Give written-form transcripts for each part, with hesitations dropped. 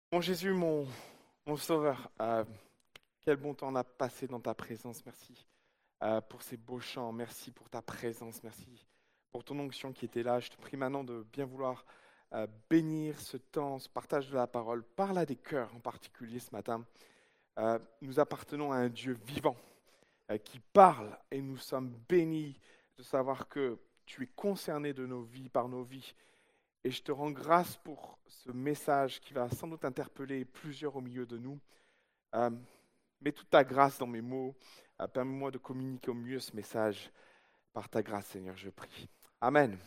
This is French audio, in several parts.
Mon Jésus, mon Sauveur, quel bon temps on a passé dans ta présence. Merci pour ces beaux chants. Merci pour ta présence. Merci pour ton onction qui était là. Je te prie maintenant de bien vouloir bénir ce temps, ce partage de la parole. Parle à des cœurs en particulier ce matin. Nous appartenons à un Dieu vivant qui parle et nous sommes bénis de savoir que tu es concerné de nos vies, par nos vies. Et je te rends grâce pour ce message qui va sans doute interpeller plusieurs au milieu de nous. Euh, Mets toute ta grâce dans mes mots. Permets-moi de communiquer au mieux ce message. Par ta grâce, Seigneur, je prie. Amen.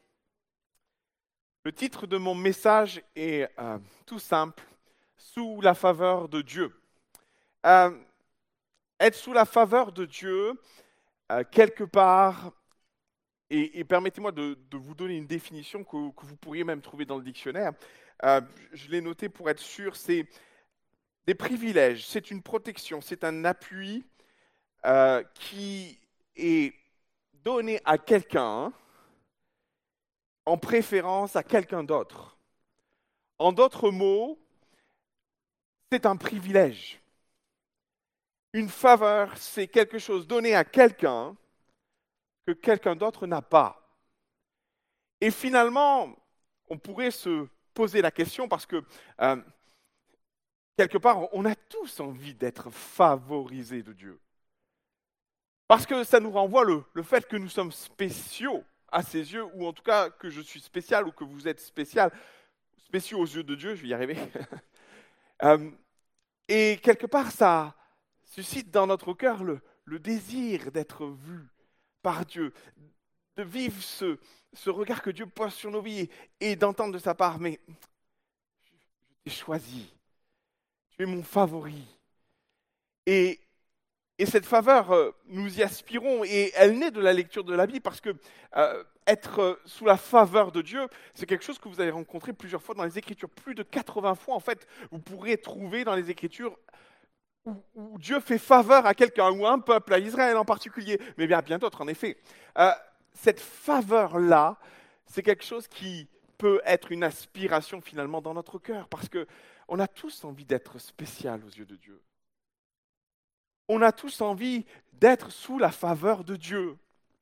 Le titre de mon message est tout simple, Sous la faveur de Dieu. Euh, Être sous la faveur de Dieu, quelque part, et permettez-moi de vous donner une définition que vous pourriez même trouver dans le dictionnaire. Je l'ai noté pour être sûr, c'est des privilèges, c'est une protection, c'est un appui qui est donné à quelqu'un en préférence à quelqu'un d'autre. En d'autres mots, c'est un privilège. Une faveur, c'est quelque chose donné à quelqu'un que quelqu'un d'autre n'a pas. Et finalement, on pourrait se poser la question parce que quelque part, on a tous envie d'être favorisés de Dieu. Parce que ça nous renvoie le fait que nous sommes spéciaux à ses yeux, ou en tout cas que je suis spécial ou que vous êtes spécial, spéciaux aux yeux de Dieu, je vais y arriver. Et quelque part, ça suscite dans notre cœur le désir d'être vu par Dieu, de vivre ce regard que Dieu pose sur nos vies et d'entendre de sa part, mais je t'ai choisi, tu es mon favori. Et cette faveur, nous y aspirons et elle naît de la lecture de la Bible parce que être sous la faveur de Dieu, c'est quelque chose que vous allez rencontrer plusieurs fois dans les Écritures. Plus de 80 fois, en fait, vous pourrez trouver dans les Écritures où Dieu fait faveur à quelqu'un, ou à un peuple, à Israël en particulier, mais bien d'autres en effet. Cette faveur-là, c'est quelque chose qui peut être une aspiration finalement dans notre cœur parce que on a tous envie d'être spécial aux yeux de Dieu. On a tous envie d'être sous la faveur de Dieu.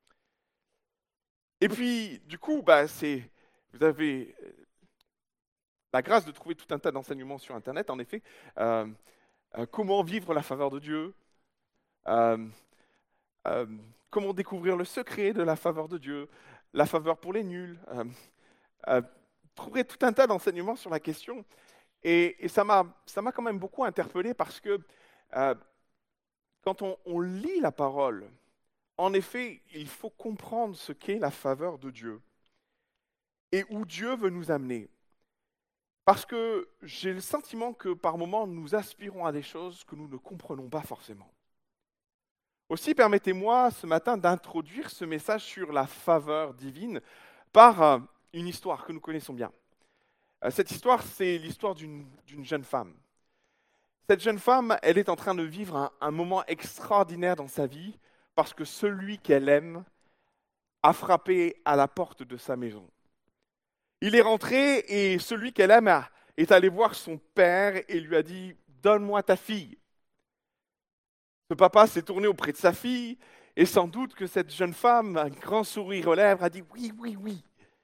Et puis, du coup, vous avez la grâce de trouver tout un tas d'enseignements sur Internet, en effet. Comment vivre la faveur de Dieu, euh, euh, comment découvrir le secret de la faveur de Dieu, la faveur pour les nuls. Trouver tout un tas d'enseignements sur la question. Et ça m'a quand même beaucoup interpellé parce que euh, quand on lit la parole, en effet, il faut comprendre ce qu'est la faveur de Dieu et où Dieu veut nous amener. Parce que j'ai le sentiment que par moments, nous aspirons à des choses que nous ne comprenons pas forcément. Aussi, permettez-moi ce matin d'introduire ce message sur la faveur divine par une histoire que nous connaissons bien. Cette histoire, c'est l'histoire d'une jeune femme. Cette jeune femme, elle est en train de vivre un moment extraordinaire dans sa vie parce que celui qu'elle aime a frappé à la porte de sa maison. Il est rentré et celui qu'elle aime est allé voir son père et lui a dit « Donne-moi ta fille ». Ce papa s'est tourné auprès de sa fille et sans doute que cette jeune femme, un grand sourire aux lèvres, a dit « Oui, oui, oui ».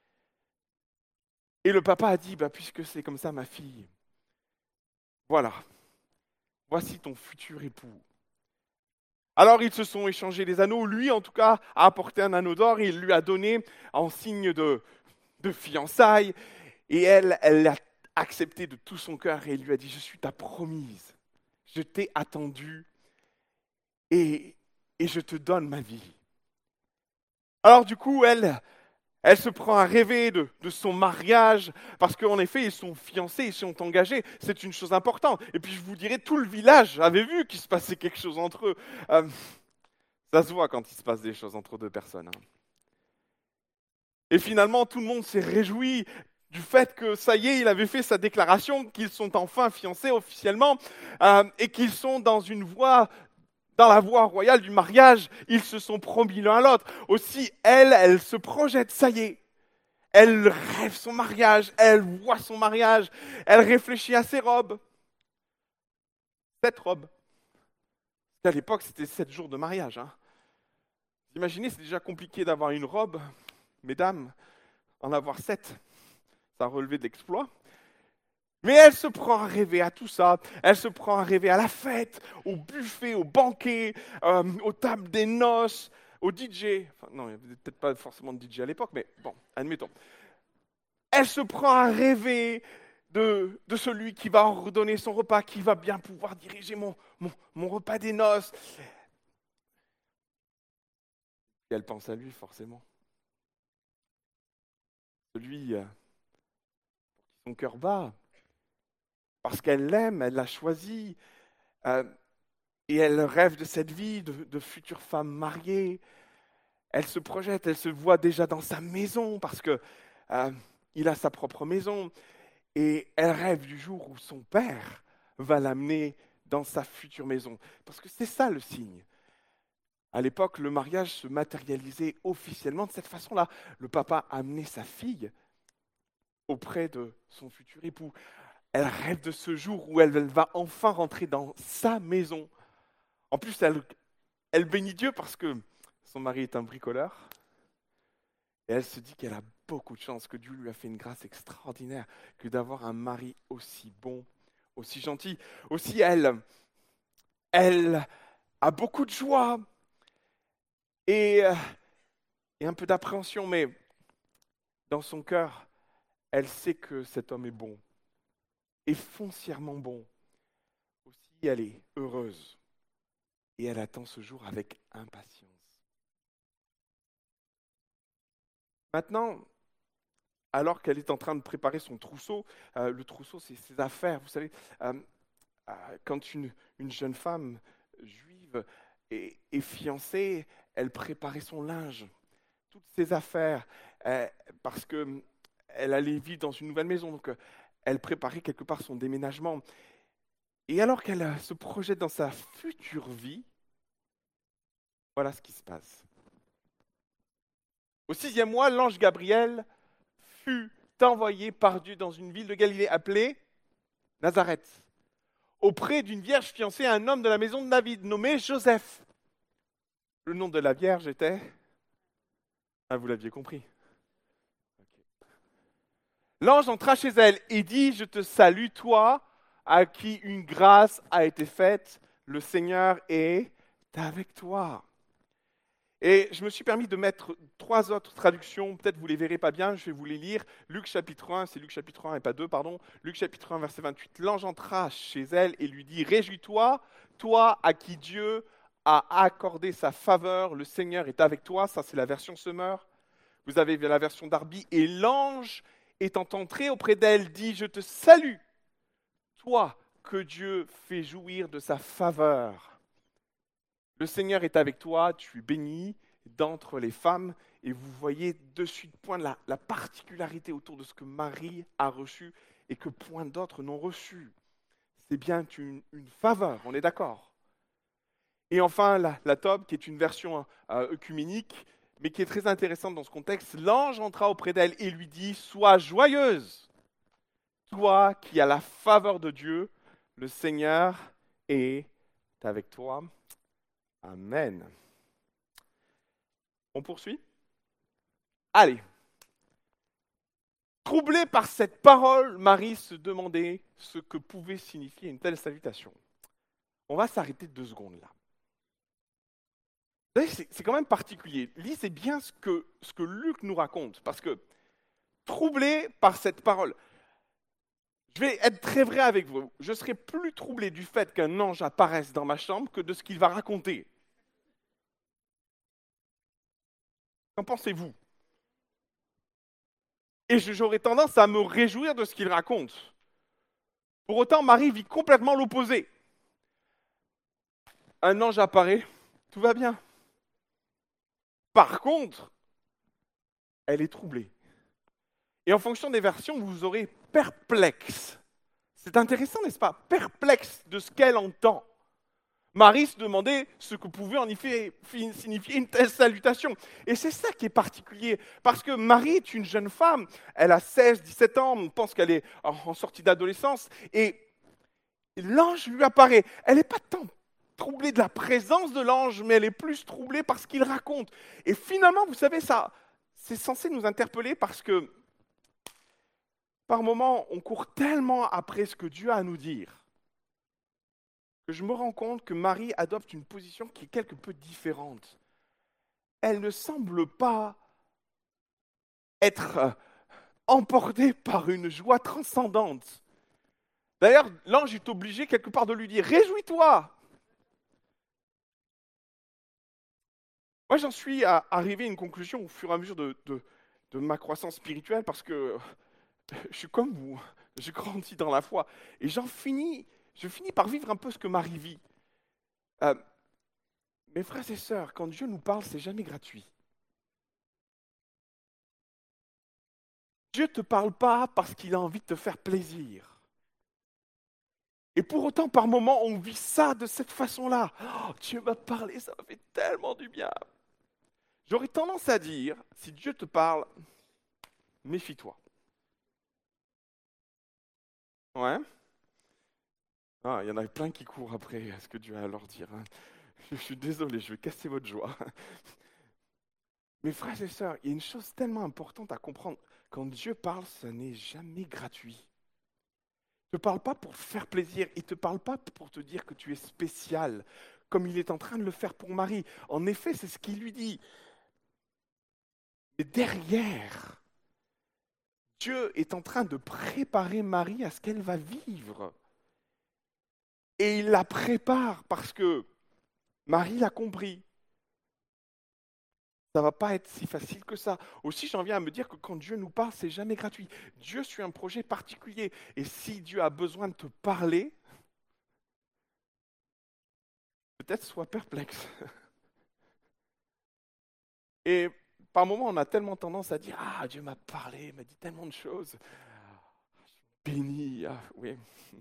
Et le papa a dit « Puisque c'est comme ça ma fille, voilà, voici ton futur époux ». Alors ils se sont échangés des anneaux. Lui, en tout cas, a apporté un anneau d'or et il lui a donné en signe de fiançailles. Et elle l'a accepté de tout son cœur et il lui a dit, je suis ta promise. Je t'ai attendu et je te donne ma vie. Alors du coup, elle se prend à rêver de son mariage, parce qu'en effet, ils sont fiancés, ils sont engagés, c'est une chose importante. Et puis je vous dirais, tout le village avait vu qu'il se passait quelque chose entre eux. Ça se voit quand il se passe des choses entre deux personnes. Et finalement, tout le monde s'est réjoui du fait que ça y est, il avait fait sa déclaration, qu'ils sont enfin fiancés officiellement, et qu'ils sont dans la voie royale du mariage, ils se sont promis l'un à l'autre. Aussi, elle se projette, ça y est, Elle rêve son mariage, elle voit son mariage, elle réfléchit à ses robes. 7 robes. À l'époque, c'était 7 jours de mariage. Hein. Vous imaginez, c'est déjà compliqué d'avoir une robe. Mesdames, en avoir 7, ça a relevé d'exploit. Mais elle se prend à rêver à tout ça. Elle se prend à rêver à la fête, au buffet, au banquet, aux tables des noces, au DJ. Enfin, non, il n'y avait peut-être pas forcément de DJ à l'époque, mais bon, admettons. Elle se prend à rêver de celui qui va ordonner son repas, qui va bien pouvoir diriger mon repas des noces. Et elle pense à lui, forcément. Celui pour qui son cœur bat, parce qu'elle l'aime, elle l'a choisi, et elle rêve de cette vie de future femme mariée. Elle se projette, elle se voit déjà dans sa maison, parce que il a sa propre maison. Et elle rêve du jour où son père va l'amener dans sa future maison. Parce que c'est ça le signe. À l'époque, le mariage se matérialisait officiellement de cette façon-là. Le papa amenait sa fille auprès de son futur époux. Elle rêve de ce jour où elle va enfin rentrer dans sa maison. En plus, elle bénit Dieu parce que son mari est un bricoleur. Et elle se dit qu'elle a beaucoup de chance, que Dieu lui a fait une grâce extraordinaire, que d'avoir un mari aussi bon, aussi gentil. Aussi, elle a beaucoup de joie et un peu d'appréhension, mais dans son cœur, elle sait que cet homme est bon, et foncièrement bon. Aussi, elle est heureuse et elle attend ce jour avec impatience. Maintenant, alors qu'elle est en train de préparer son trousseau, le trousseau, c'est ses affaires. Vous savez, quand une jeune femme juive est fiancée, elle préparait son linge, toutes ses affaires, parce qu'elle allait vivre dans une nouvelle maison. Donc, elle préparait quelque part son déménagement. Et alors qu'elle se projette dans sa future vie, voilà ce qui se passe. Au 6e mois, l'ange Gabriel fut envoyé par Dieu dans une ville de Galilée appelée Nazareth, auprès d'une vierge fiancée à un homme de la maison de David, nommé Joseph. Le nom de la vierge était... Ah, vous l'aviez compris. Okay. L'ange entra chez elle et dit, je te salue, toi, à qui une grâce a été faite, le Seigneur est avec toi. Et je me suis permis de mettre 3 autres traductions, peut-être vous ne les verrez pas bien, je vais vous les lire. Luc chapitre 1, c'est Luc chapitre 1 et pas 2, pardon. Luc chapitre 1, verset 28. L'ange entra chez elle et lui dit, réjouis-toi, toi à qui Dieu a accordé sa faveur, le Seigneur est avec toi. Ça, c'est la version Semeur. Vous avez la version Darby. Et l'ange, étant entré auprès d'elle, dit, je te salue, toi que Dieu fait jouir de sa faveur. Le Seigneur est avec toi, tu es bénie d'entre les femmes. Et vous voyez de suite point la particularité autour de ce que Marie a reçu et que point d'autres n'ont reçu. C'est bien une faveur, on est d'accord. Et enfin, la Tob, qui est une version œcuménique, mais qui est très intéressante dans ce contexte. L'ange entra auprès d'elle et lui dit, sois joyeuse, toi qui as la faveur de Dieu, le Seigneur est avec toi. Amen. On poursuit? Allez. Troublée par cette parole, Marie se demandait ce que pouvait signifier une telle salutation. On va s'arrêter 2 secondes là. Vous savez, c'est quand même particulier. Lisez bien ce que Luc nous raconte, parce que troublée par cette parole, je vais être très vrai avec vous, je serai plus troublé du fait qu'un ange apparaisse dans ma chambre que de ce qu'il va raconter. Qu'en pensez-vous? Et j'aurais tendance à me réjouir de ce qu'il raconte. Pour autant, Marie vit complètement l'opposé. Un ange apparaît, tout va bien. Par contre, elle est troublée. Et en fonction des versions, vous aurez perplexe. C'est intéressant, n'est-ce pas? Perplexe de ce qu'elle entend. Marie se demandait ce que pouvait en effet signifier une telle salutation. Et c'est ça qui est particulier, parce que Marie est une jeune femme, elle a 16, 17 ans, on pense qu'elle est en sortie d'adolescence, et l'ange lui apparaît. Elle n'est pas tant troublée de la présence de l'ange, mais elle est plus troublée par ce qu'il raconte. Et finalement, vous savez, ça, c'est censé nous interpeller parce que par moments, on court tellement après ce que Dieu a à nous dire que je me rends compte que Marie adopte une position qui est quelque peu différente. Elle ne semble pas être emportée par une joie transcendante. D'ailleurs, l'ange est obligé quelque part de lui dire « Réjouis-toi !» Moi, j'en suis arrivé à une conclusion au fur et à mesure de ma croissance spirituelle parce que je suis comme vous, je grandis dans la foi et je finis par vivre un peu ce que Marie vit. Euh, mes frères et sœurs, quand Dieu nous parle, c'est jamais gratuit. Dieu ne te parle pas parce qu'il a envie de te faire plaisir. Et pour autant, par moments, on vit ça de cette façon-là. Oh, Dieu m'a parlé, ça m'a fait tellement du bien. J'aurais tendance à dire, si Dieu te parle, méfie-toi. Ouais. Ah, il y en a plein qui courent après ce que Dieu a à leur dire. Hein. Je suis désolé, je vais casser votre joie. Mes frères et sœurs, il y a une chose tellement importante à comprendre. Quand Dieu parle, ça n'est jamais gratuit. Il ne te parle pas pour te faire plaisir, il ne te parle pas pour te dire que tu es spécial, comme il est en train de le faire pour Marie. En effet, c'est ce qu'il lui dit. Mais derrière, Dieu est en train de préparer Marie à ce qu'elle va vivre. Et il la prépare parce que Marie l'a compris. Ça ne va pas être si facile que ça. Aussi, j'en viens à me dire que quand Dieu nous parle, c'est jamais gratuit. Dieu suit un projet particulier. Et si Dieu a besoin de te parler, peut-être sois perplexe. Et par moments, on a tellement tendance à dire « Ah, Dieu m'a parlé, il m'a dit tellement de choses. Je suis béni. Ah, oui. »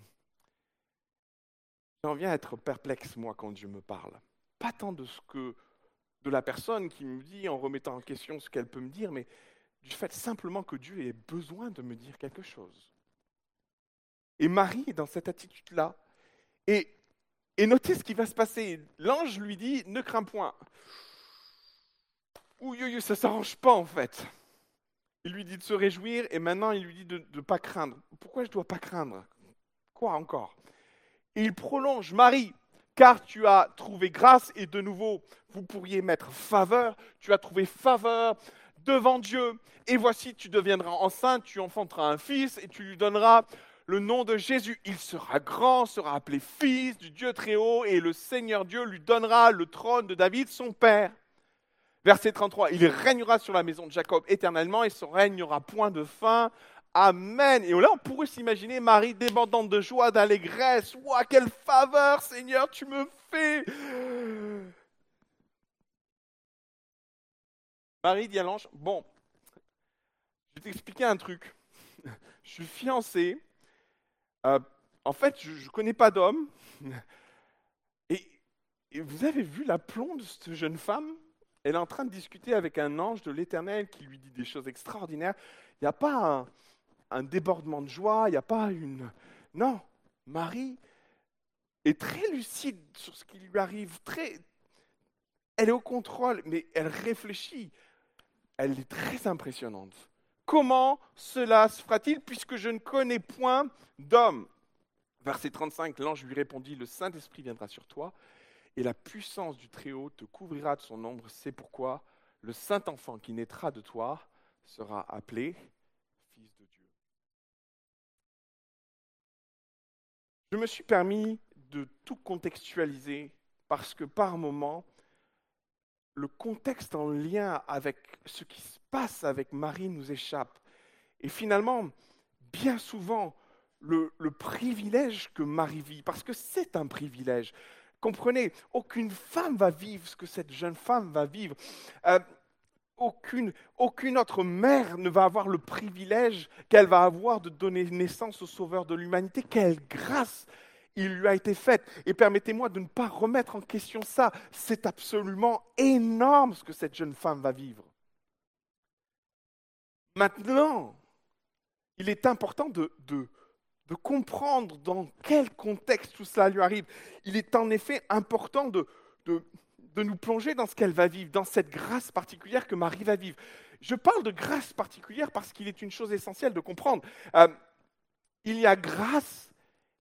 J'en viens à être perplexe, moi, quand Dieu me parle. Pas tant de la personne qui me dit en remettant en question ce qu'elle peut me dire, mais du fait simplement que Dieu ait besoin de me dire quelque chose. Et Marie est dans cette attitude-là. Et notez ce qui va se passer. L'ange lui dit « Ne crains point ». Ouh, ça ne s'arrange pas en fait. Il lui dit de se réjouir et maintenant il lui dit de ne pas craindre. Pourquoi je ne dois pas craindre? Quoi encore? Et il prolonge, Marie, car tu as trouvé grâce, et de nouveau, vous pourriez mettre faveur, tu as trouvé faveur devant Dieu, et voici, tu deviendras enceinte, tu enfanteras un fils, et tu lui donneras le nom de Jésus. Il sera grand, sera appelé fils du Dieu Très-Haut, et le Seigneur Dieu lui donnera le trône de David, son père. Verset 33, il régnera sur la maison de Jacob éternellement, et son règne n'aura point de fin. Amen. Et là, on pourrait s'imaginer Marie débordante de joie, d'allégresse. Ouah, quelle faveur, Seigneur, tu me fais. Marie dit à l'ange, bon, je vais t'expliquer un truc. Je suis fiancé. En fait, je ne connais pas d'homme. Et, et vous avez vu l'aplomb de cette jeune femme? Elle est en train de discuter avec un ange de l'Éternel qui lui dit des choses extraordinaires. Il n'y a pas un débordement de joie, il n'y a pas une... Non, Marie est très lucide sur ce qui lui arrive, elle est au contrôle, mais elle réfléchit. Elle est très impressionnante. Comment cela se fera-t-il puisque je ne connais point d'homme? Verset 35, l'ange lui répondit, le Saint-Esprit viendra sur toi et la puissance du Très-Haut te couvrira de son ombre. C'est pourquoi le Saint-Enfant qui naîtra de toi sera appelé Fils de Dieu. Je me suis permis de tout contextualiser parce que par moments, le contexte en lien avec ce qui se passe avec Marie nous échappe. Et finalement, bien souvent, le privilège que Marie vit, parce que c'est un privilège. Comprenez, aucune femme va vivre ce que cette jeune femme va vivre. Aucune autre mère ne va avoir le privilège qu'elle va avoir de donner naissance au Sauveur de l'humanité. Quelle grâce! il lui a été faite. Et permettez-moi de ne pas remettre en question ça. C'est absolument énorme ce que cette jeune femme va vivre. Maintenant, il est important de comprendre dans quel contexte tout cela lui arrive. Il est en effet important de nous plonger dans ce qu'elle va vivre, dans cette grâce particulière que Marie va vivre. Je parle de grâce particulière parce qu'il est une chose essentielle de comprendre. Il y a grâce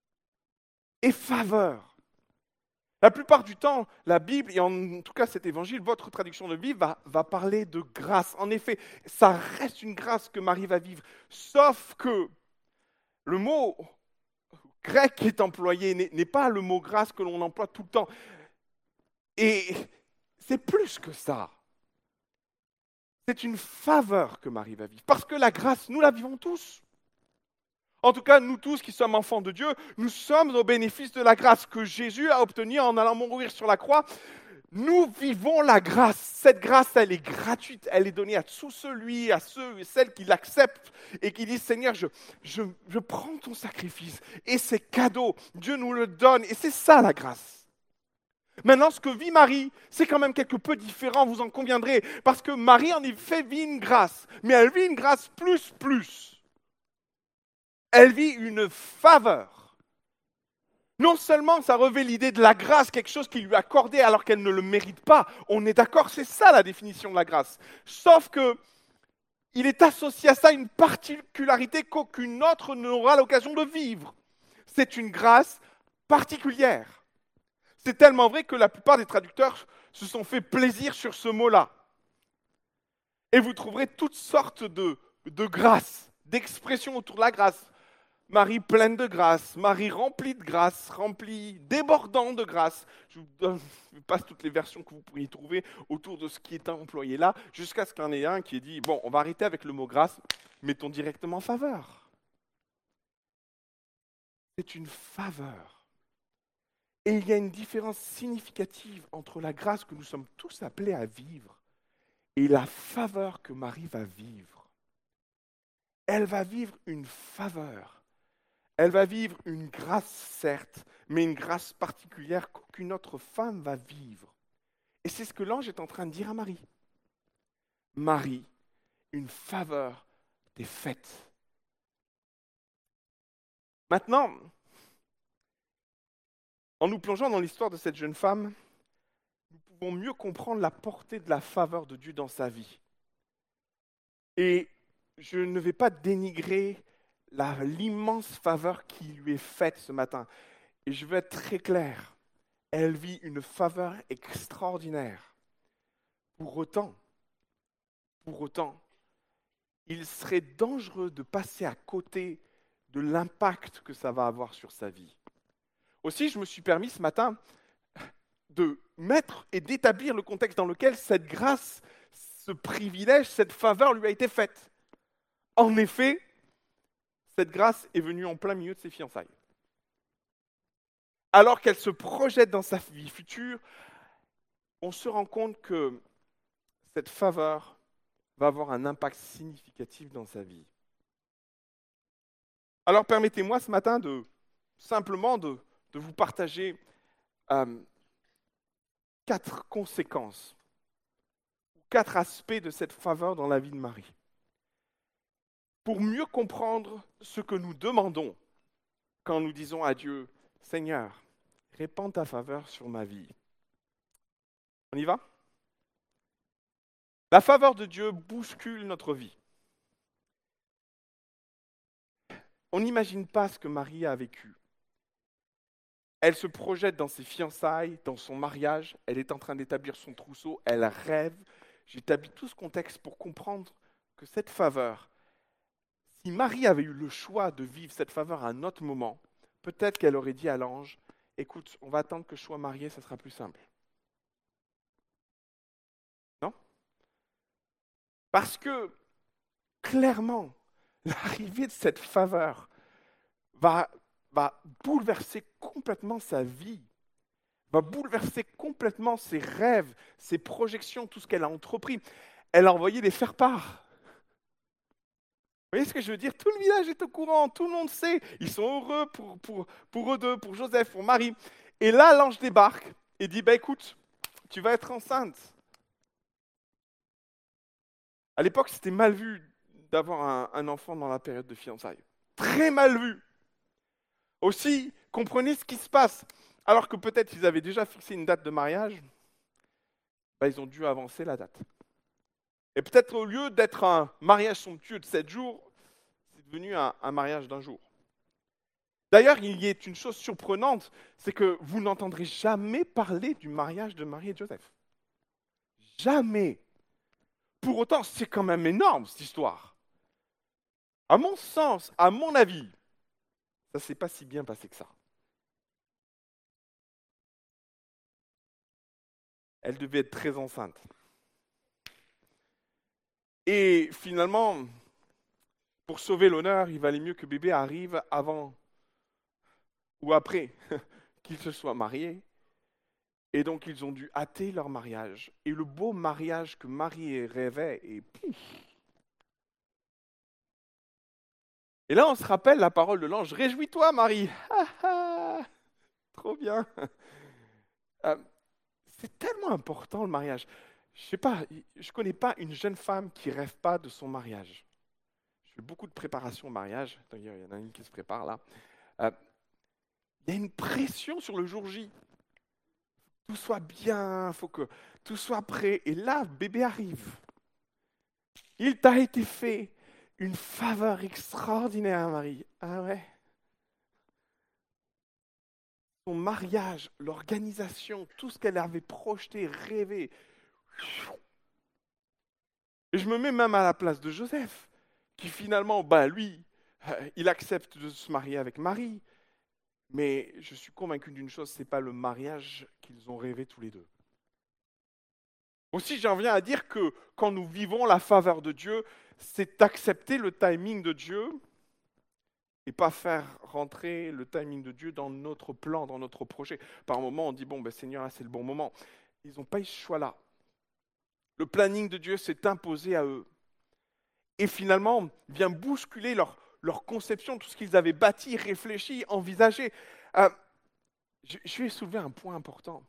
et faveur. La plupart du temps, la Bible, et en tout cas cet évangile, votre traduction de Bible, va parler de grâce. En effet, ça reste une grâce que Marie va vivre, sauf que le mot grec qui est employé n'est pas le mot grâce que l'on emploie tout le temps. Et c'est plus que ça. C'est une faveur que Marie va vivre. Parce que la grâce, nous la vivons tous. En tout cas, nous tous qui sommes enfants de Dieu, nous sommes au bénéfice de la grâce que Jésus a obtenue en allant mourir sur la croix. Nous vivons la grâce. Cette grâce, elle est gratuite. Elle est donnée à tout celui, à ceux et celles qui l'acceptent et qui disent, Seigneur, je prends ton sacrifice et c'est cadeau. Dieu nous le donne et c'est ça la grâce. Maintenant, ce que vit Marie, c'est quand même quelque peu différent, vous en conviendrez. Parce que Marie, en effet, vit une grâce. Mais elle vit une grâce plus. Elle vit une faveur. Non seulement ça revêt l'idée de la grâce, quelque chose qui lui est accordé alors qu'elle ne le mérite pas. On est d'accord, c'est ça la définition de la grâce. Sauf que il est associé à ça une particularité qu'aucune autre n'aura l'occasion de vivre. C'est une grâce particulière. C'est tellement vrai que la plupart des traducteurs se sont fait plaisir sur ce mot-là. Et vous trouverez toutes sortes de grâces, d'expressions autour de la grâce. Marie pleine de grâce, Marie remplie de grâce, remplie, débordant de grâce. Je vous passe toutes les versions que vous pourriez trouver autour de ce qui est employé là, jusqu'à ce qu'il y en ait un qui ait dit, bon, on va arrêter avec le mot grâce, mettons directement faveur. C'est une faveur. Et il y a une différence significative entre la grâce que nous sommes tous appelés à vivre et la faveur que Marie va vivre. Elle va vivre une faveur. Elle va vivre une grâce, certes, mais une grâce particulière qu'aucune autre femme va vivre. Et c'est ce que l'ange est en train de dire à Marie. Marie, une faveur t'est faite. Maintenant, en nous plongeant dans l'histoire de cette jeune femme, nous pouvons mieux comprendre la portée de la faveur de Dieu dans sa vie. Et je ne vais pas dénigrer l'immense faveur qui lui est faite ce matin. Et je veux être très clair, elle vit une faveur extraordinaire. Pour autant, il serait dangereux de passer à côté de l'impact que ça va avoir sur sa vie. Aussi, je me suis permis ce matin de mettre et d'établir le contexte dans lequel cette grâce, ce privilège, cette faveur lui a été faite. En effet, cette grâce est venue en plein milieu de ses fiançailles. Alors qu'elle se projette dans sa vie future, on se rend compte que cette faveur va avoir un impact significatif dans sa vie. Alors permettez-moi ce matin simplement de vous partager 4 conséquences, 4 aspects de cette faveur dans la vie de Marie. Pour mieux comprendre ce que nous demandons quand nous disons à Dieu, Seigneur, répands ta faveur sur ma vie. On y va? La faveur de Dieu bouscule notre vie. On n'imagine pas ce que Marie a vécu. Elle se projette dans ses fiançailles, dans son mariage, elle est en train d'établir son trousseau, elle rêve. J'établis tout ce contexte pour comprendre que cette faveur, si Marie avait eu le choix de vivre cette faveur à un autre moment, peut-être qu'elle aurait dit à l'ange, écoute, on va attendre que je sois mariée, ça sera plus simple. Non? Parce que, clairement, l'arrivée de cette faveur va bouleverser complètement sa vie, va bouleverser complètement ses rêves, ses projections, tout ce qu'elle a entrepris. Elle a envoyé des faire-part. Vous voyez ce que je veux dire? Tout le village est au courant, tout le monde sait. Ils sont heureux pour eux deux, pour Joseph, pour Marie. Et là, l'ange débarque et dit, bah écoute, tu vas être enceinte. À l'époque, c'était mal vu d'avoir un enfant dans la période de fiançailles. Très mal vu. Aussi, comprenez ce qui se passe. Alors que peut-être ils avaient déjà fixé une date de mariage, bah, ils ont dû avancer la date. Et peut-être au lieu d'être un mariage somptueux de 7 jours, c'est devenu un mariage d'un jour. D'ailleurs, il y a une chose surprenante, c'est que vous n'entendrez jamais parler du mariage de Marie et de Joseph. Jamais. Pour autant, c'est quand même énorme, cette histoire. À mon sens, à mon avis, ça ne s'est pas si bien passé que ça. Elle devait être très enceinte. Et finalement, pour sauver l'honneur, il valait mieux que bébé arrive avant ou après qu'ils se soient mariés. Et donc, ils ont dû hâter leur mariage. Et le beau mariage que Marie rêvait, et pouf. Et là, on se rappelle la parole de l'ange. Réjouis-toi, Marie. Ah, ah, trop bien. Euh, c'est tellement important, le mariage. Je sais pas, je connais pas une jeune femme qui rêve pas de son mariage. Je fais beaucoup de préparation au mariage. Il y en a une qui se prépare là. Euh, il y a une pression sur le jour J. Tout soit bien, il faut que tout soit prêt. Et là, bébé arrive. Il t'a été fait une faveur extraordinaire, Marie. Ah ouais. Son mariage, l'organisation, tout ce qu'elle avait projeté, rêvé. Et je me mets même à la place de Joseph, qui finalement, lui, il accepte de se marier avec Marie. Mais je suis convaincu d'une chose, c'est pas le mariage qu'ils ont rêvé tous les deux. Aussi, j'en viens à dire que quand nous vivons la faveur de Dieu, c'est accepter le timing de Dieu et pas faire rentrer le timing de Dieu dans notre plan, dans notre projet. Par moment, on dit, Seigneur, là, c'est le bon moment. Ils n'ont pas eu ce choix-là. Le planning de Dieu s'est imposé à eux. Et finalement, vient bousculer leur conception, tout ce qu'ils avaient bâti, réfléchi, envisagé. Je vais soulever un point important.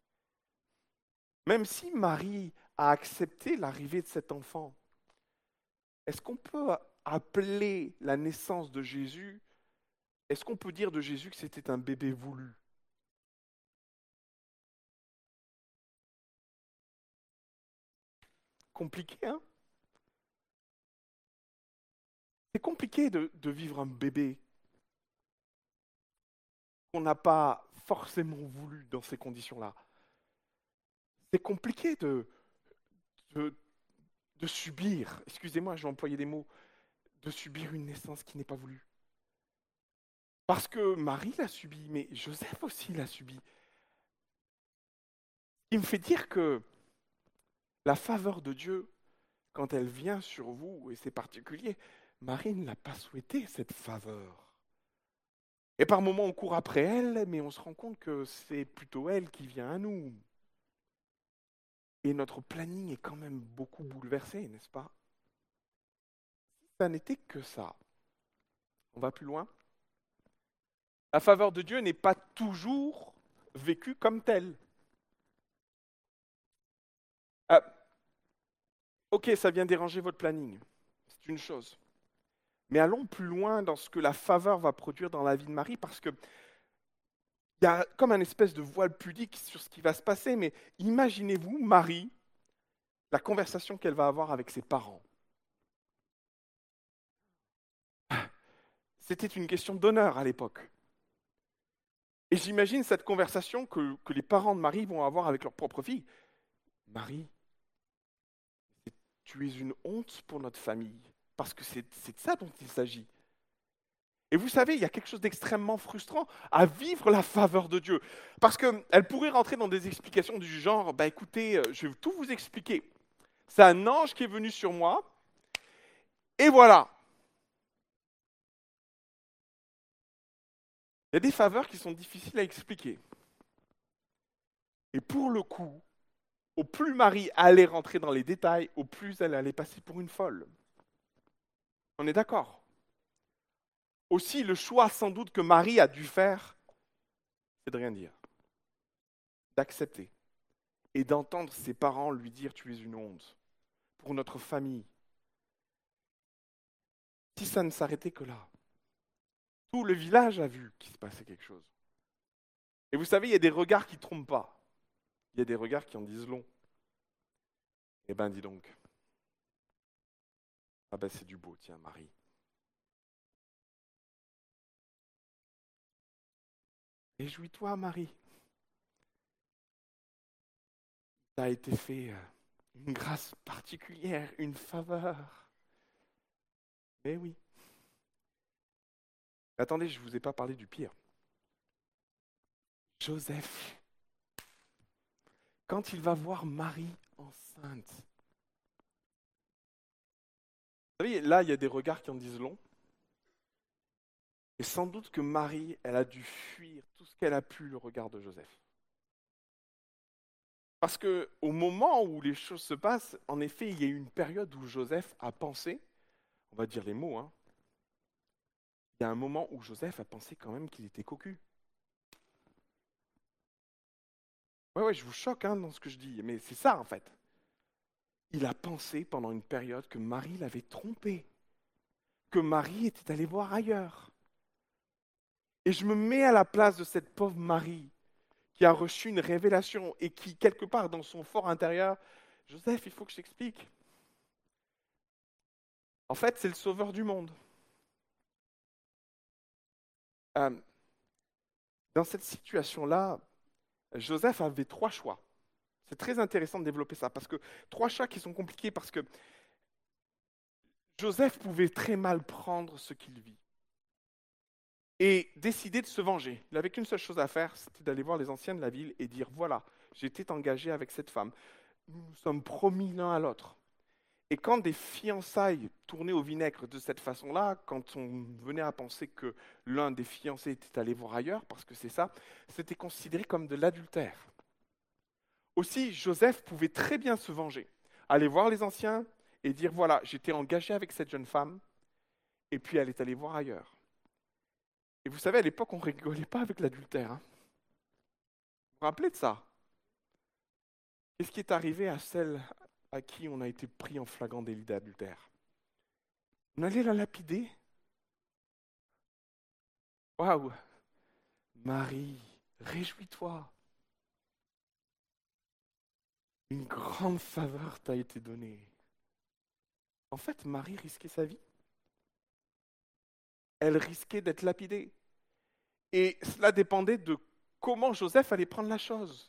Même si Marie a accepté l'arrivée de cet enfant, est-ce qu'on peut appeler la naissance de Jésus, est-ce qu'on peut dire de Jésus que c'était un bébé voulu? Compliqué, hein? C'est compliqué de vivre un bébé qu'on n'a pas forcément voulu dans ces conditions-là. C'est compliqué de, de subir, excusez-moi, je vais employer des mots, de subir une naissance qui n'est pas voulue. Parce que Marie l'a subi, mais Joseph aussi l'a subi. Il me fait dire que la faveur de Dieu, quand elle vient sur vous, et c'est particulier, Marie ne l'a pas souhaité, cette faveur. Et par moments, on court après elle, mais on se rend compte que c'est plutôt elle qui vient à nous. Et notre planning est quand même beaucoup bouleversé, n'est-ce pas? Si ça n'était que ça. On va plus loin. La faveur de Dieu n'est pas toujours vécue comme telle. Ah, ok, ça vient déranger votre planning. C'est une chose. Mais allons plus loin dans ce que la faveur va produire dans la vie de Marie, parce que il y a comme un espèce de voile pudique sur ce qui va se passer, mais imaginez-vous Marie, la conversation qu'elle va avoir avec ses parents. C'était une question d'honneur à l'époque. Et j'imagine cette conversation que les parents de Marie vont avoir avec leur propre fille. Marie, tu es une honte pour notre famille, parce que c'est de ça dont il s'agit. Et vous savez, il y a quelque chose d'extrêmement frustrant à vivre la faveur de Dieu. Parce qu'elle pourrait rentrer dans des explications du genre, écoutez, je vais tout vous expliquer. C'est un ange qui est venu sur moi, et voilà. Il y a des faveurs qui sont difficiles à expliquer. Et pour le coup, au plus Marie allait rentrer dans les détails, au plus elle allait passer pour une folle. On est d'accord. Aussi, le choix sans doute que Marie a dû faire, c'est de rien dire, d'accepter et d'entendre ses parents lui dire tu es une honte pour notre famille. Si ça ne s'arrêtait que là, tout le village a vu qu'il se passait quelque chose. Et vous savez, il y a des regards qui ne trompent pas. Il y a des regards qui en disent long. Eh ben dis donc, ah ben c'est du beau, tiens Marie. Réjouis-toi Marie, ça a été fait une grâce particulière, une faveur. Mais oui. Attendez, je ne vous ai pas parlé du pire. Joseph, quand il va voir Marie enceinte. Vous savez, là, il y a des regards qui en disent long. Et sans doute que Marie, elle a dû fuir tout ce qu'elle a pu le regard de Joseph. Parce que au moment où les choses se passent, en effet, il y a eu une période où Joseph a pensé, on va dire les mots, hein, il y a un moment où Joseph a pensé quand même qu'il était cocu. Ouais, je vous choque dans ce que je dis, mais c'est ça en fait. Il a pensé pendant une période que Marie l'avait trompé, que Marie était allée voir ailleurs. Et je me mets à la place de cette pauvre Marie qui a reçu une révélation et qui, quelque part dans son fort intérieur, Joseph, il faut que je t'explique. En fait, c'est le sauveur du monde. Euh, dans cette situation-là, Joseph avait trois choix. C'est très intéressant de développer ça, parce que trois choix qui sont compliqués, parce que Joseph pouvait très mal prendre ce qu'il vit et décider de se venger. Il n'avait qu'une seule chose à faire, c'était d'aller voir les anciens de la ville et dire, voilà, j'étais engagé avec cette femme. Nous nous sommes promis l'un à l'autre. Et quand des fiançailles tournaient au vinaigre de cette façon-là, quand on venait à penser que l'un des fiancés était allé voir ailleurs, parce que c'est ça, c'était considéré comme de l'adultère. Aussi, Joseph pouvait très bien se venger, aller voir les anciens et dire, voilà, j'étais engagé avec cette jeune femme, et puis elle est allée voir ailleurs. Et vous savez, à l'époque, on ne rigolait pas avec l'adultère. Vous vous rappelez de ça? Qu'est-ce qui est arrivé à celle à qui on a été pris en flagrant délit d'adultère? On allait la lapider. Waouh! Marie, réjouis-toi. Une grande faveur t'a été donnée. En fait, Marie risquait sa vie. Elle risquait d'être lapidée. Et cela dépendait de comment Joseph allait prendre la chose.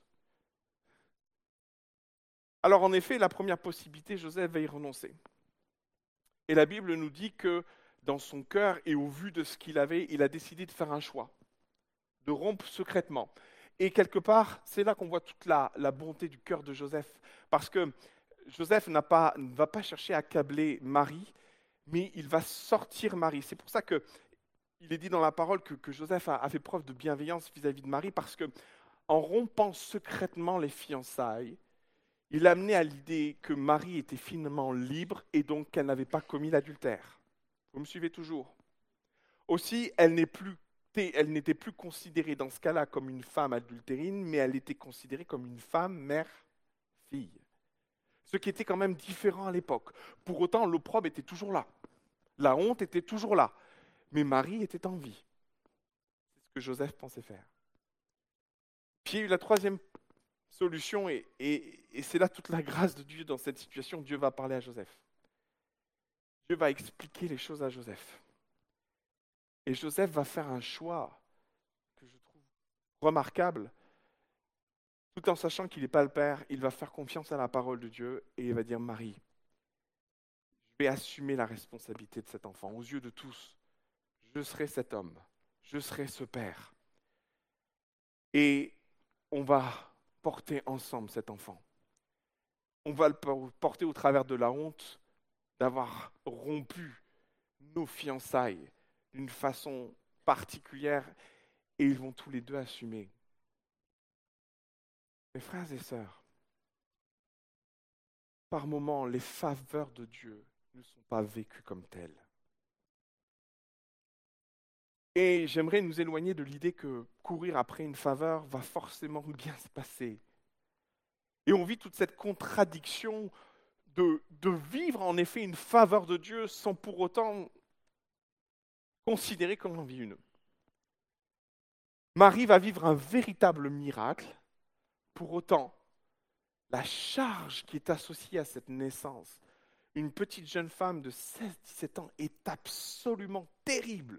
Alors en effet, la première possibilité, Joseph va y renoncer. Et la Bible nous dit que dans son cœur et au vu de ce qu'il avait, il a décidé de faire un choix, de rompre secrètement. Et quelque part, c'est là qu'on voit toute la bonté du cœur de Joseph. Parce que Joseph ne va pas chercher à accabler Marie, mais il va sortir Marie. C'est pour ça qu'il est dit dans la parole que Joseph a fait preuve de bienveillance vis-à-vis de Marie, parce que en rompant secrètement les fiançailles, il a amené à l'idée que Marie était finalement libre et donc qu'elle n'avait pas commis l'adultère. Vous me suivez toujours? Aussi, elle n'était plus considérée dans ce cas-là comme une femme adultérine, mais elle était considérée comme une femme, mère, fille. Ce qui était quand même différent à l'époque. Pour autant, l'opprobre était toujours là. La honte était toujours là. Mais Marie était en vie. C'est ce que Joseph pensait faire. Puis il y a eu la troisième solution, et c'est là toute la grâce de Dieu dans cette situation. Dieu va parler à Joseph. Dieu va expliquer les choses à Joseph. Et Joseph va faire un choix que je trouve remarquable. Tout en sachant qu'il n'est pas le père, il va faire confiance à la parole de Dieu et il va dire, Marie, je vais assumer la responsabilité de cet enfant. Aux yeux de tous, je serai cet homme, je serai ce père. Et on va porter ensemble cet enfant. On va le porter au travers de la honte d'avoir rompu nos fiançailles d'une façon particulière et ils vont tous les deux assumer. Mes frères et sœurs, par moments, les faveurs de Dieu ne sont pas vécues comme telles. Et j'aimerais nous éloigner de l'idée que courir après une faveur va forcément bien se passer. Et on vit toute cette contradiction de vivre en effet une faveur de Dieu sans pour autant considérer qu'on en vit une. Marie va vivre un véritable miracle. Pour autant, la charge qui est associée à cette naissance, une petite jeune femme de 16-17 ans, est absolument terrible.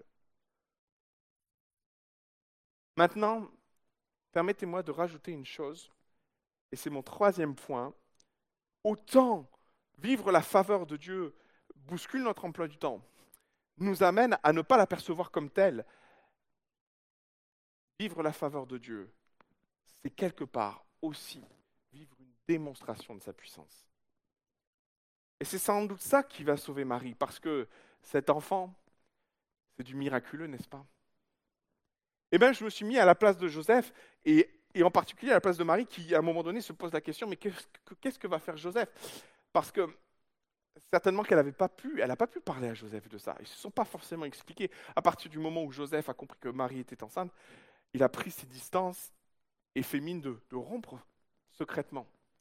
Maintenant, permettez-moi de rajouter une chose, et c'est mon troisième point. Autant vivre la faveur de Dieu bouscule notre emploi du temps, nous amène à ne pas la percevoir comme telle. Vivre la faveur de Dieu, c'est quelque part aussi vivre une démonstration de sa puissance. Et c'est sans doute ça qui va sauver Marie, parce que cet enfant, c'est du miraculeux, n'est-ce pas? Eh bien, je me suis mis à la place de Joseph, et en particulier à la place de Marie, qui à un moment donné se pose la question, mais qu'est-ce que va faire Joseph? Parce que certainement qu'elle n'a pas pu parler à Joseph de ça. Ils ne se sont pas forcément expliqués. À partir du moment où Joseph a compris que Marie était enceinte, il a pris ses distances et fait mine de rompre secrètement.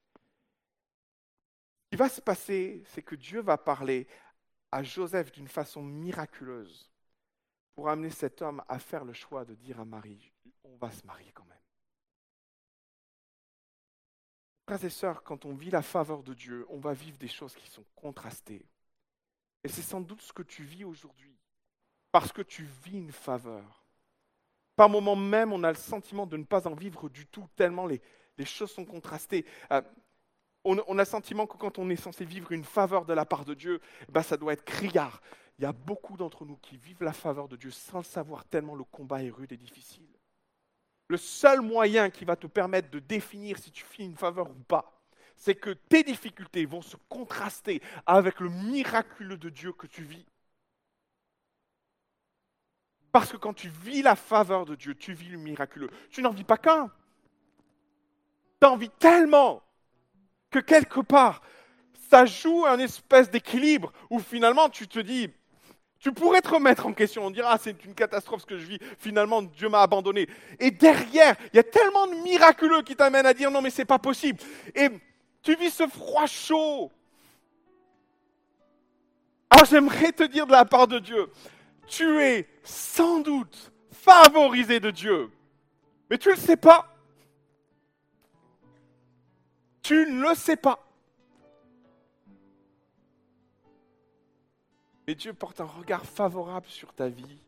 Ce qui va se passer, c'est que Dieu va parler à Joseph d'une façon miraculeuse pour amener cet homme à faire le choix de dire à Marie, on va se marier quand même. Frères et sœurs, quand on vit la faveur de Dieu, on va vivre des choses qui sont contrastées. Et c'est sans doute ce que tu vis aujourd'hui, parce que tu vis une faveur. Par moments même, on a le sentiment de ne pas en vivre du tout, tellement les choses sont contrastées. On a le sentiment que quand on est censé vivre une faveur de la part de Dieu, ça doit être criard. Il y a beaucoup d'entre nous qui vivent la faveur de Dieu sans le savoir, tellement le combat est rude et difficile. Le seul moyen qui va te permettre de définir si tu vis une faveur ou pas, c'est que tes difficultés vont se contraster avec le miraculeux de Dieu que tu vis. Parce que quand tu vis la faveur de Dieu, tu vis le miraculeux. Tu n'en vis pas qu'un. Tu en vis tellement que quelque part, ça joue un espèce d'équilibre où finalement tu te dis, tu pourrais te remettre en question, on dira, c'est une catastrophe ce que je vis, finalement Dieu m'a abandonné. Et derrière, il y a tellement de miraculeux qui t'amènent à dire, non mais c'est pas possible. Et tu vis ce froid chaud. Alors j'aimerais te dire de la part de Dieu, tu es sans doute favorisé de Dieu, mais tu ne le sais pas. Tu ne le sais pas. Mais Dieu porte un regard favorable sur ta vie.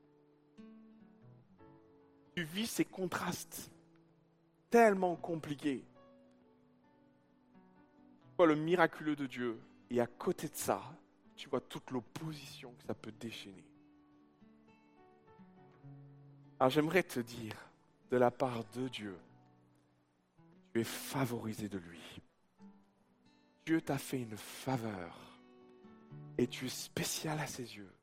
Tu vis ces contrastes tellement compliqués. Tu vois le miraculeux de Dieu et à côté de ça, tu vois toute l'opposition que ça peut déchaîner. Alors j'aimerais te dire, de la part de Dieu, tu es favorisé de lui. Dieu t'a fait une faveur et tu es spécial à ses yeux.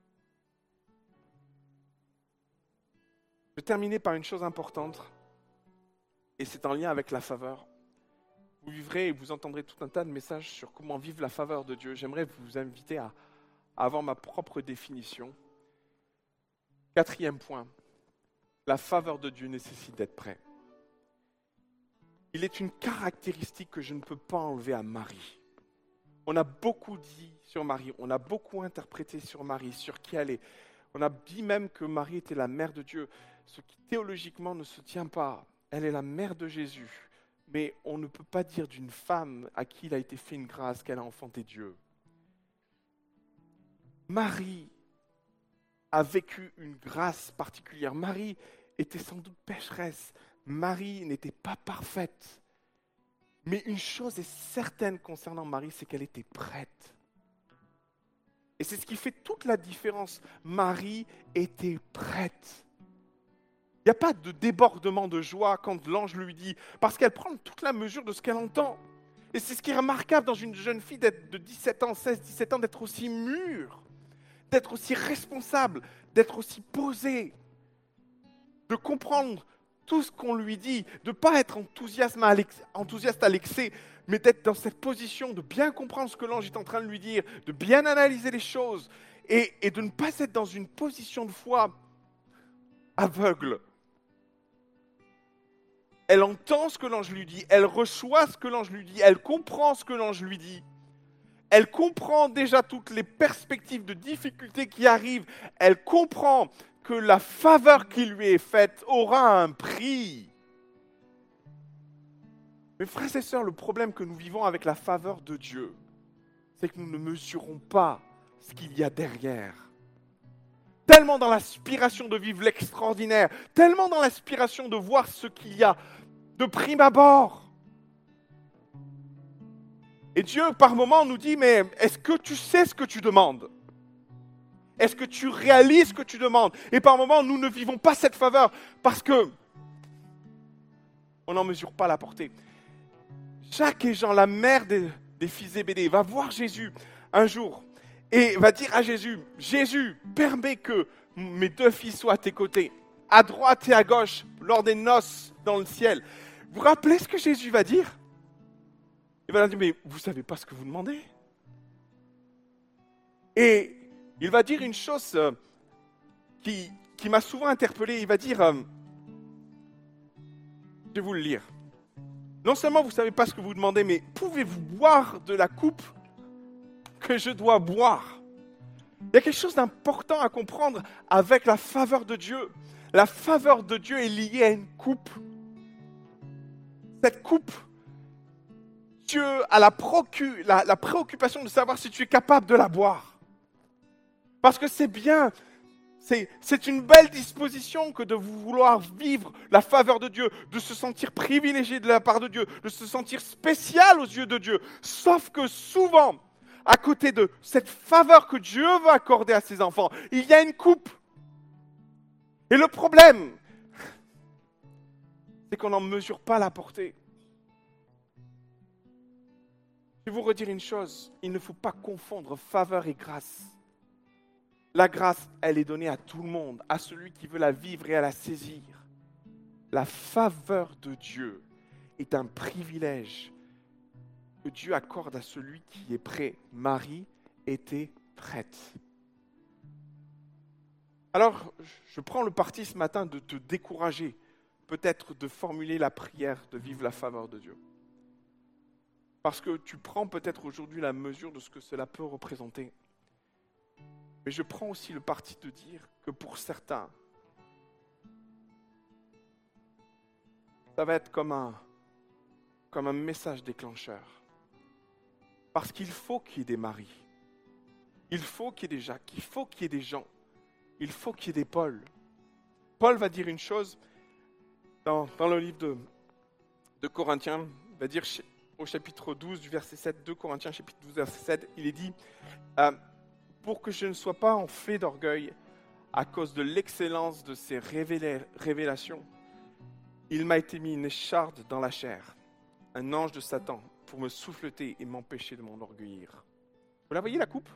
Je vais terminer par une chose importante et c'est en lien avec la faveur. Vous vivrez et vous entendrez tout un tas de messages sur comment vivre la faveur de Dieu. J'aimerais vous inviter à avoir ma propre définition. 4e point, la faveur de Dieu nécessite d'être prêt. Il est une caractéristique que je ne peux pas enlever à Marie. On a beaucoup dit sur Marie, on a beaucoup interprété sur Marie, sur qui elle est. On a dit même que Marie était la mère de Dieu, ce qui théologiquement ne se tient pas. Elle est la mère de Jésus, mais on ne peut pas dire d'une femme à qui il a été fait une grâce qu'elle a enfanté Dieu. Marie a vécu une grâce particulière. Marie était sans doute pécheresse. Marie n'était pas parfaite. Mais une chose est certaine concernant Marie, c'est qu'elle était prête. Et c'est ce qui fait toute la différence. Marie était prête. Il n'y a pas de débordement de joie quand l'ange lui dit, parce qu'elle prend toute la mesure de ce qu'elle entend. Et c'est ce qui est remarquable dans une jeune fille de 17 ans, 16-17 ans, d'être aussi mûre, d'être aussi responsable, d'être aussi posée, de comprendre tout ce qu'on lui dit, de ne pas être enthousiaste à l'excès, mais d'être dans cette position de bien comprendre ce que l'ange est en train de lui dire, de bien analyser les choses et de ne pas être dans une position de foi aveugle. Elle entend ce que l'ange lui dit, elle reçoit ce que l'ange lui dit, elle comprend ce que l'ange lui dit. Elle comprend déjà toutes les perspectives de difficultés qui arrivent. Elle comprend que la faveur qui lui est faite aura un prix. Mes frères et sœurs, le problème que nous vivons avec la faveur de Dieu, c'est que nous ne mesurons pas ce qu'il y a derrière. Tellement dans l'aspiration de vivre l'extraordinaire, tellement dans l'aspiration de voir ce qu'il y a de prime abord. Et Dieu, par moments, nous dit, mais est-ce que tu sais ce que tu demandes? Est-ce que tu réalises ce que tu demandes? Et par moments, nous ne vivons pas cette faveur parce que on n'en mesure pas la portée. Jacques et Jean, la mère des fils Zébédée, va voir Jésus un jour et va dire à Jésus, Jésus, permets que mes deux fils soient à tes côtés, à droite et à gauche, lors des noces dans le ciel. Vous vous rappelez ce que Jésus va dire? Il va leur dire, mais vous ne savez pas ce que vous demandez. Et il va dire une chose qui m'a souvent interpellé. Il va dire, je vais vous le lire. Non seulement vous ne savez pas ce que vous demandez, mais pouvez-vous boire de la coupe que je dois boire? Il y a quelque chose d'important à comprendre avec la faveur de Dieu. La faveur de Dieu est liée à une coupe. Cette coupe, Dieu a la préoccupation de savoir si tu es capable de la boire. Parce que c'est bien, c'est une belle disposition que de vouloir vivre la faveur de Dieu, de se sentir privilégié de la part de Dieu, de se sentir spécial aux yeux de Dieu. Sauf que souvent, à côté de cette faveur que Dieu veut accorder à ses enfants, il y a une coupe. Et le problème, c'est qu'on n'en mesure pas la portée. Je vais vous redire une chose, il ne faut pas confondre faveur et grâce. La grâce, elle est donnée à tout le monde, à celui qui veut la vivre et à la saisir. La faveur de Dieu est un privilège que Dieu accorde à celui qui est prêt. Marie était prête. Alors, je prends le parti ce matin de te décourager, peut-être de formuler la prière, de vivre la faveur de Dieu. Parce que tu prends peut-être aujourd'hui la mesure de ce que cela peut représenter. Mais je prends aussi le parti de dire que pour certains, ça va être comme un message déclencheur. Parce qu'il faut qu'il y ait des maris, il faut qu'il y ait des Jacques, il faut qu'il y ait des Jean, il faut qu'il y ait des Paul. Paul va dire une chose dans le livre de Corinthiens, il va dire au chapitre 12 du verset 7, 2 Corinthiens chapitre 12 verset 7, il est dit pour que je ne sois pas enflé d'orgueil à cause de l'excellence de ces révélations, il m'a été mis une écharde dans la chair, un ange de Satan, pour me souffleter et m'empêcher de m'enorgueillir. Vous la voyez la coupe?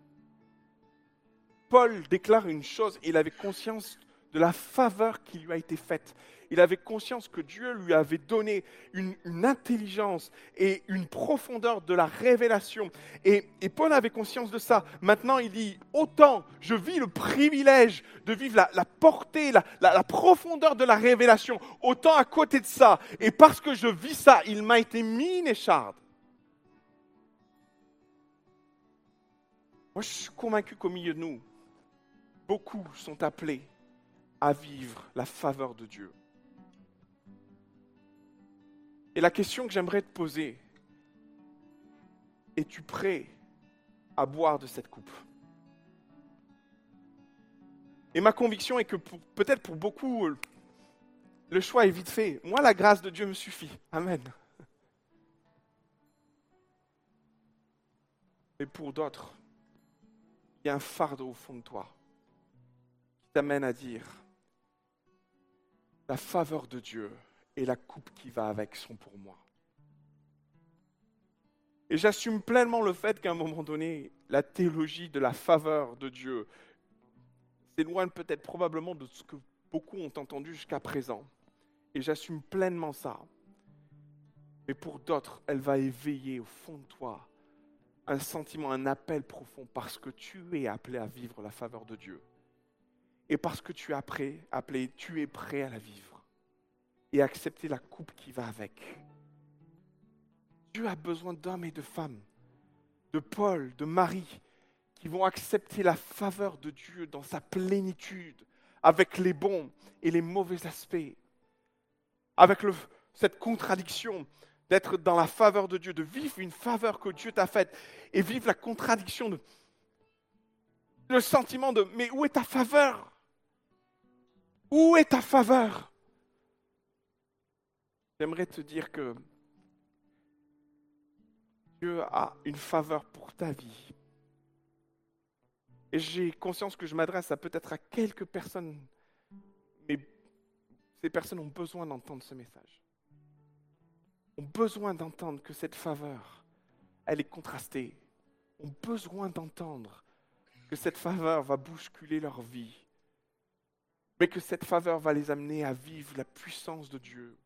Paul déclare une chose, il avait conscience de la faveur qui lui a été faite. Il avait conscience que Dieu lui avait donné une intelligence et une profondeur de la révélation. Et Paul avait conscience de ça. Maintenant, il dit, autant je vis le privilège de vivre la portée, la profondeur de la révélation, autant à côté de ça, et parce que je vis ça, il m'a été mis une écharde. Moi, je suis convaincu qu'au milieu de nous, beaucoup sont appelés à vivre la faveur de Dieu. Et la question que j'aimerais te poser, es-tu prêt à boire de cette coupe? Et ma conviction est que peut-être pour beaucoup, le choix est vite fait. Moi, la grâce de Dieu me suffit. Amen. Mais pour d'autres, il y a un fardeau au fond de toi qui t'amène à dire, la faveur de Dieu et la coupe qui va avec sont pour moi. Et j'assume pleinement le fait qu'à un moment donné, la théologie de la faveur de Dieu s'éloigne peut-être probablement de ce que beaucoup ont entendu jusqu'à présent. Et j'assume pleinement ça. Mais pour d'autres, elle va éveiller au fond de toi un sentiment, un appel profond, parce que tu es appelé à vivre la faveur de Dieu. Et parce que tu es appelé, tu es prêt à la vivre et à accepter la coupe qui va avec. Dieu a besoin d'hommes et de femmes, de Paul, de Marie, qui vont accepter la faveur de Dieu dans sa plénitude, avec les bons et les mauvais aspects, avec cette contradiction d'être dans la faveur de Dieu, de vivre une faveur que Dieu t'a faite et vivre la contradiction le sentiment de « mais où est ta faveur ? Où est ta faveur ?» J'aimerais te dire que Dieu a une faveur pour ta vie. Et j'ai conscience que je m'adresse à peut-être à quelques personnes, mais ces personnes ont besoin d'entendre ce message. Ont besoin d'entendre que cette faveur, elle est contrastée. Ont besoin d'entendre que cette faveur va bousculer leur vie, mais que cette faveur va les amener à vivre la puissance de Dieu.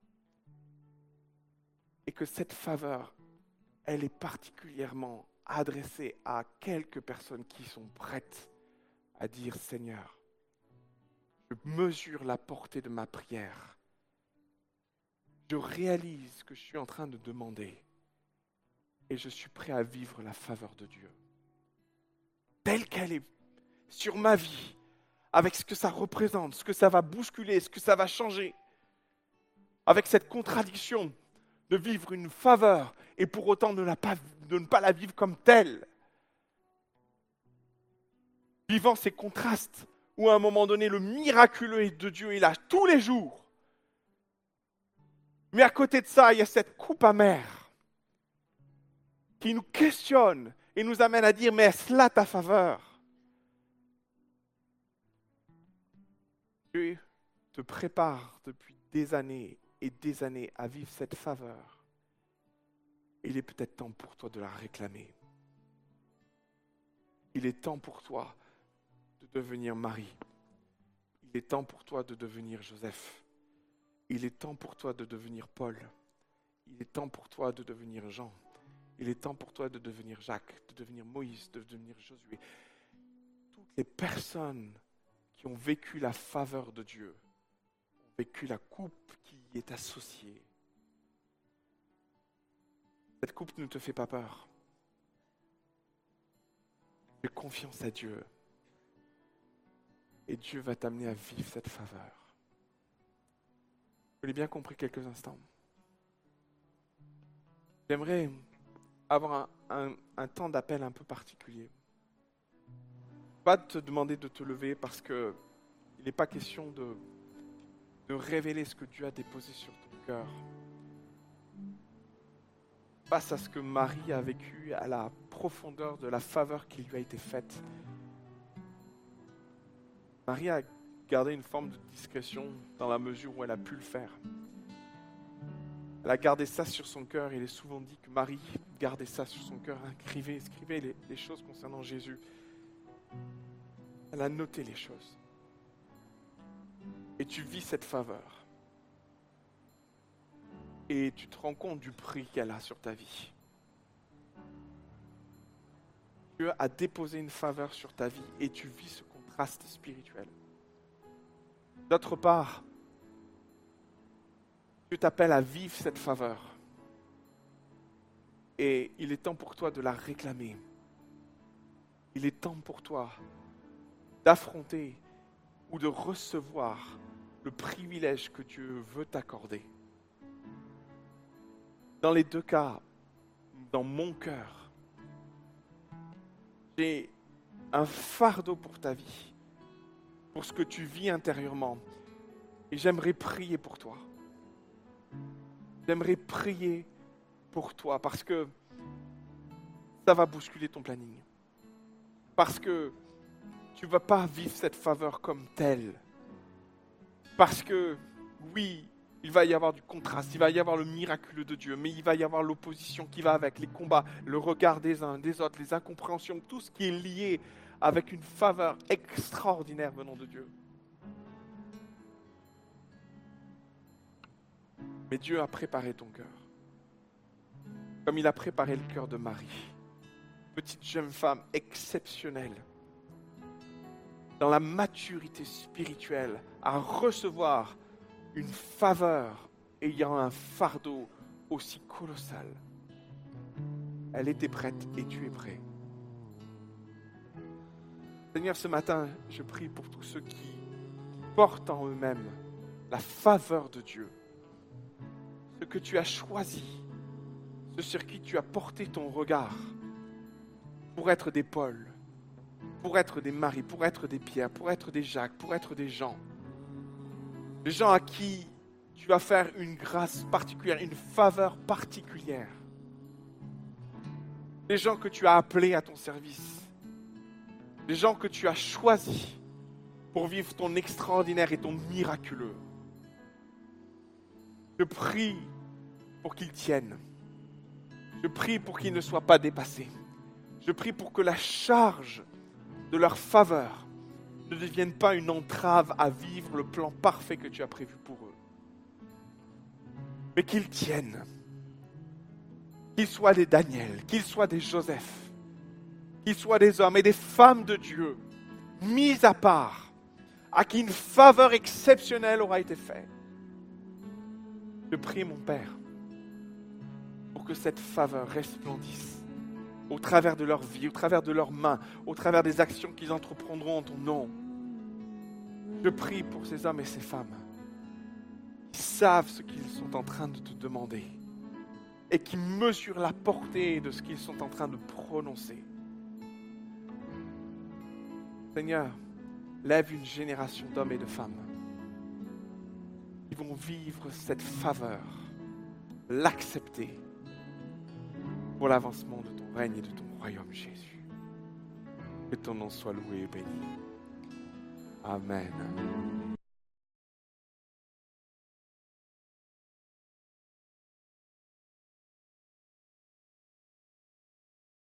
Et que cette faveur, elle est particulièrement adressée à quelques personnes qui sont prêtes à dire « Seigneur, je mesure la portée de ma prière. Je réalise ce que je suis en train de demander et je suis prêt à vivre la faveur de Dieu. Telle qu'elle est sur ma vie, avec ce que ça représente, ce que ça va bousculer, ce que ça va changer, avec cette contradiction de vivre une faveur et pour autant de ne pas la vivre comme telle. Vivant ces contrastes où à un moment donné, le miraculeux de Dieu est là tous les jours. Mais à côté de ça, il y a cette coupe amère qui nous questionne et nous amène à dire, mais est-ce là ta faveur ? Dieu te prépare depuis des années et des années à vivre cette faveur. Il est peut-être temps pour toi de la réclamer. Il est temps pour toi de devenir Marie. Il est temps pour toi de devenir Joseph. Il est temps pour toi de devenir Paul. Il est temps pour toi de devenir Jean. Il est temps pour toi de devenir Jacques, de devenir Moïse, de devenir Josué. Toutes les personnes qui ont vécu la faveur de Dieu ont vécu la coupe qui y est associée. Cette coupe ne te fait pas peur. Fais confiance à Dieu. Et Dieu va t'amener à vivre cette faveur. Vous l'avez bien compris quelques instants. J'aimerais avoir un temps d'appel un peu particulier. Pas de te demander de te lever parce que il n'est pas question de révéler ce que Dieu a déposé sur ton cœur. Face à ce que Marie a vécu, à la profondeur de la faveur qui lui a été faite. Marie a gardé une forme de discrétion dans la mesure où elle a pu le faire. Elle a gardé ça sur son cœur. Il est souvent dit que Marie gardait ça sur son cœur. Écrivez les choses concernant Jésus. Elle a noté les choses. Et tu vis cette faveur. Et tu te rends compte du prix qu'elle a sur ta vie. Dieu a déposé une faveur sur ta vie et tu vis ce contraste spirituel. D'autre part, Dieu t'appelle à vivre cette faveur. Et il est temps pour toi de la réclamer. Il est temps pour toi d'affronter ou de recevoir le privilège que Dieu veut t'accorder. Dans les deux cas, dans mon cœur, j'ai un fardeau pour ta vie, pour ce que tu vis intérieurement. Et j'aimerais prier pour toi. J'aimerais prier pour toi parce que ça va bousculer ton planning. Parce que tu ne vas pas vivre cette faveur comme telle. Parce que, oui, il va y avoir du contraste, il va y avoir le miraculeux de Dieu, mais il va y avoir l'opposition qui va avec, les combats, le regard des uns, des autres, les incompréhensions, tout ce qui est lié avec une faveur extraordinaire venant de Dieu. Mais Dieu a préparé ton cœur, comme il a préparé le cœur de Marie, petite jeune femme exceptionnelle, dans la maturité spirituelle, à recevoir une faveur ayant un fardeau aussi colossal. Elle était prête et tu es prêt. Seigneur, ce matin, je prie pour tous ceux qui portent en eux-mêmes la faveur de Dieu, ce que tu as choisi, ce sur qui tu as porté ton regard, pour être des Paul, pour être des Marie, pour être des Pierre, pour être des Jacques, pour être des gens à qui tu vas faire une grâce particulière, une faveur particulière. Des gens que tu as appelés à ton service, des gens que tu as choisis pour vivre ton extraordinaire et ton miraculeux. Je prie pour qu'ils tiennent. Je prie pour qu'ils ne soient pas dépassés. Je prie pour que la charge de leur faveur ne devienne pas une entrave à vivre le plan parfait que tu as prévu pour eux. Mais qu'ils tiennent. Qu'ils soient des Daniel, qu'ils soient des Joseph, qu'ils soient des hommes et des femmes de Dieu, mis à part, à qui une faveur exceptionnelle aura été faite. Je prie, mon Père, pour que cette faveur resplendisse au travers de leur vie, au travers de leurs mains, au travers des actions qu'ils entreprendront en ton nom. Je prie pour ces hommes et ces femmes qui savent ce qu'ils sont en train de te demander et qui mesurent la portée de ce qu'ils sont en train de prononcer. Seigneur, lève une génération d'hommes et de femmes qui vont vivre cette faveur, l'accepter pour l'avancement de ton règne et de ton royaume, Jésus. Que ton nom soit loué et béni. Amen.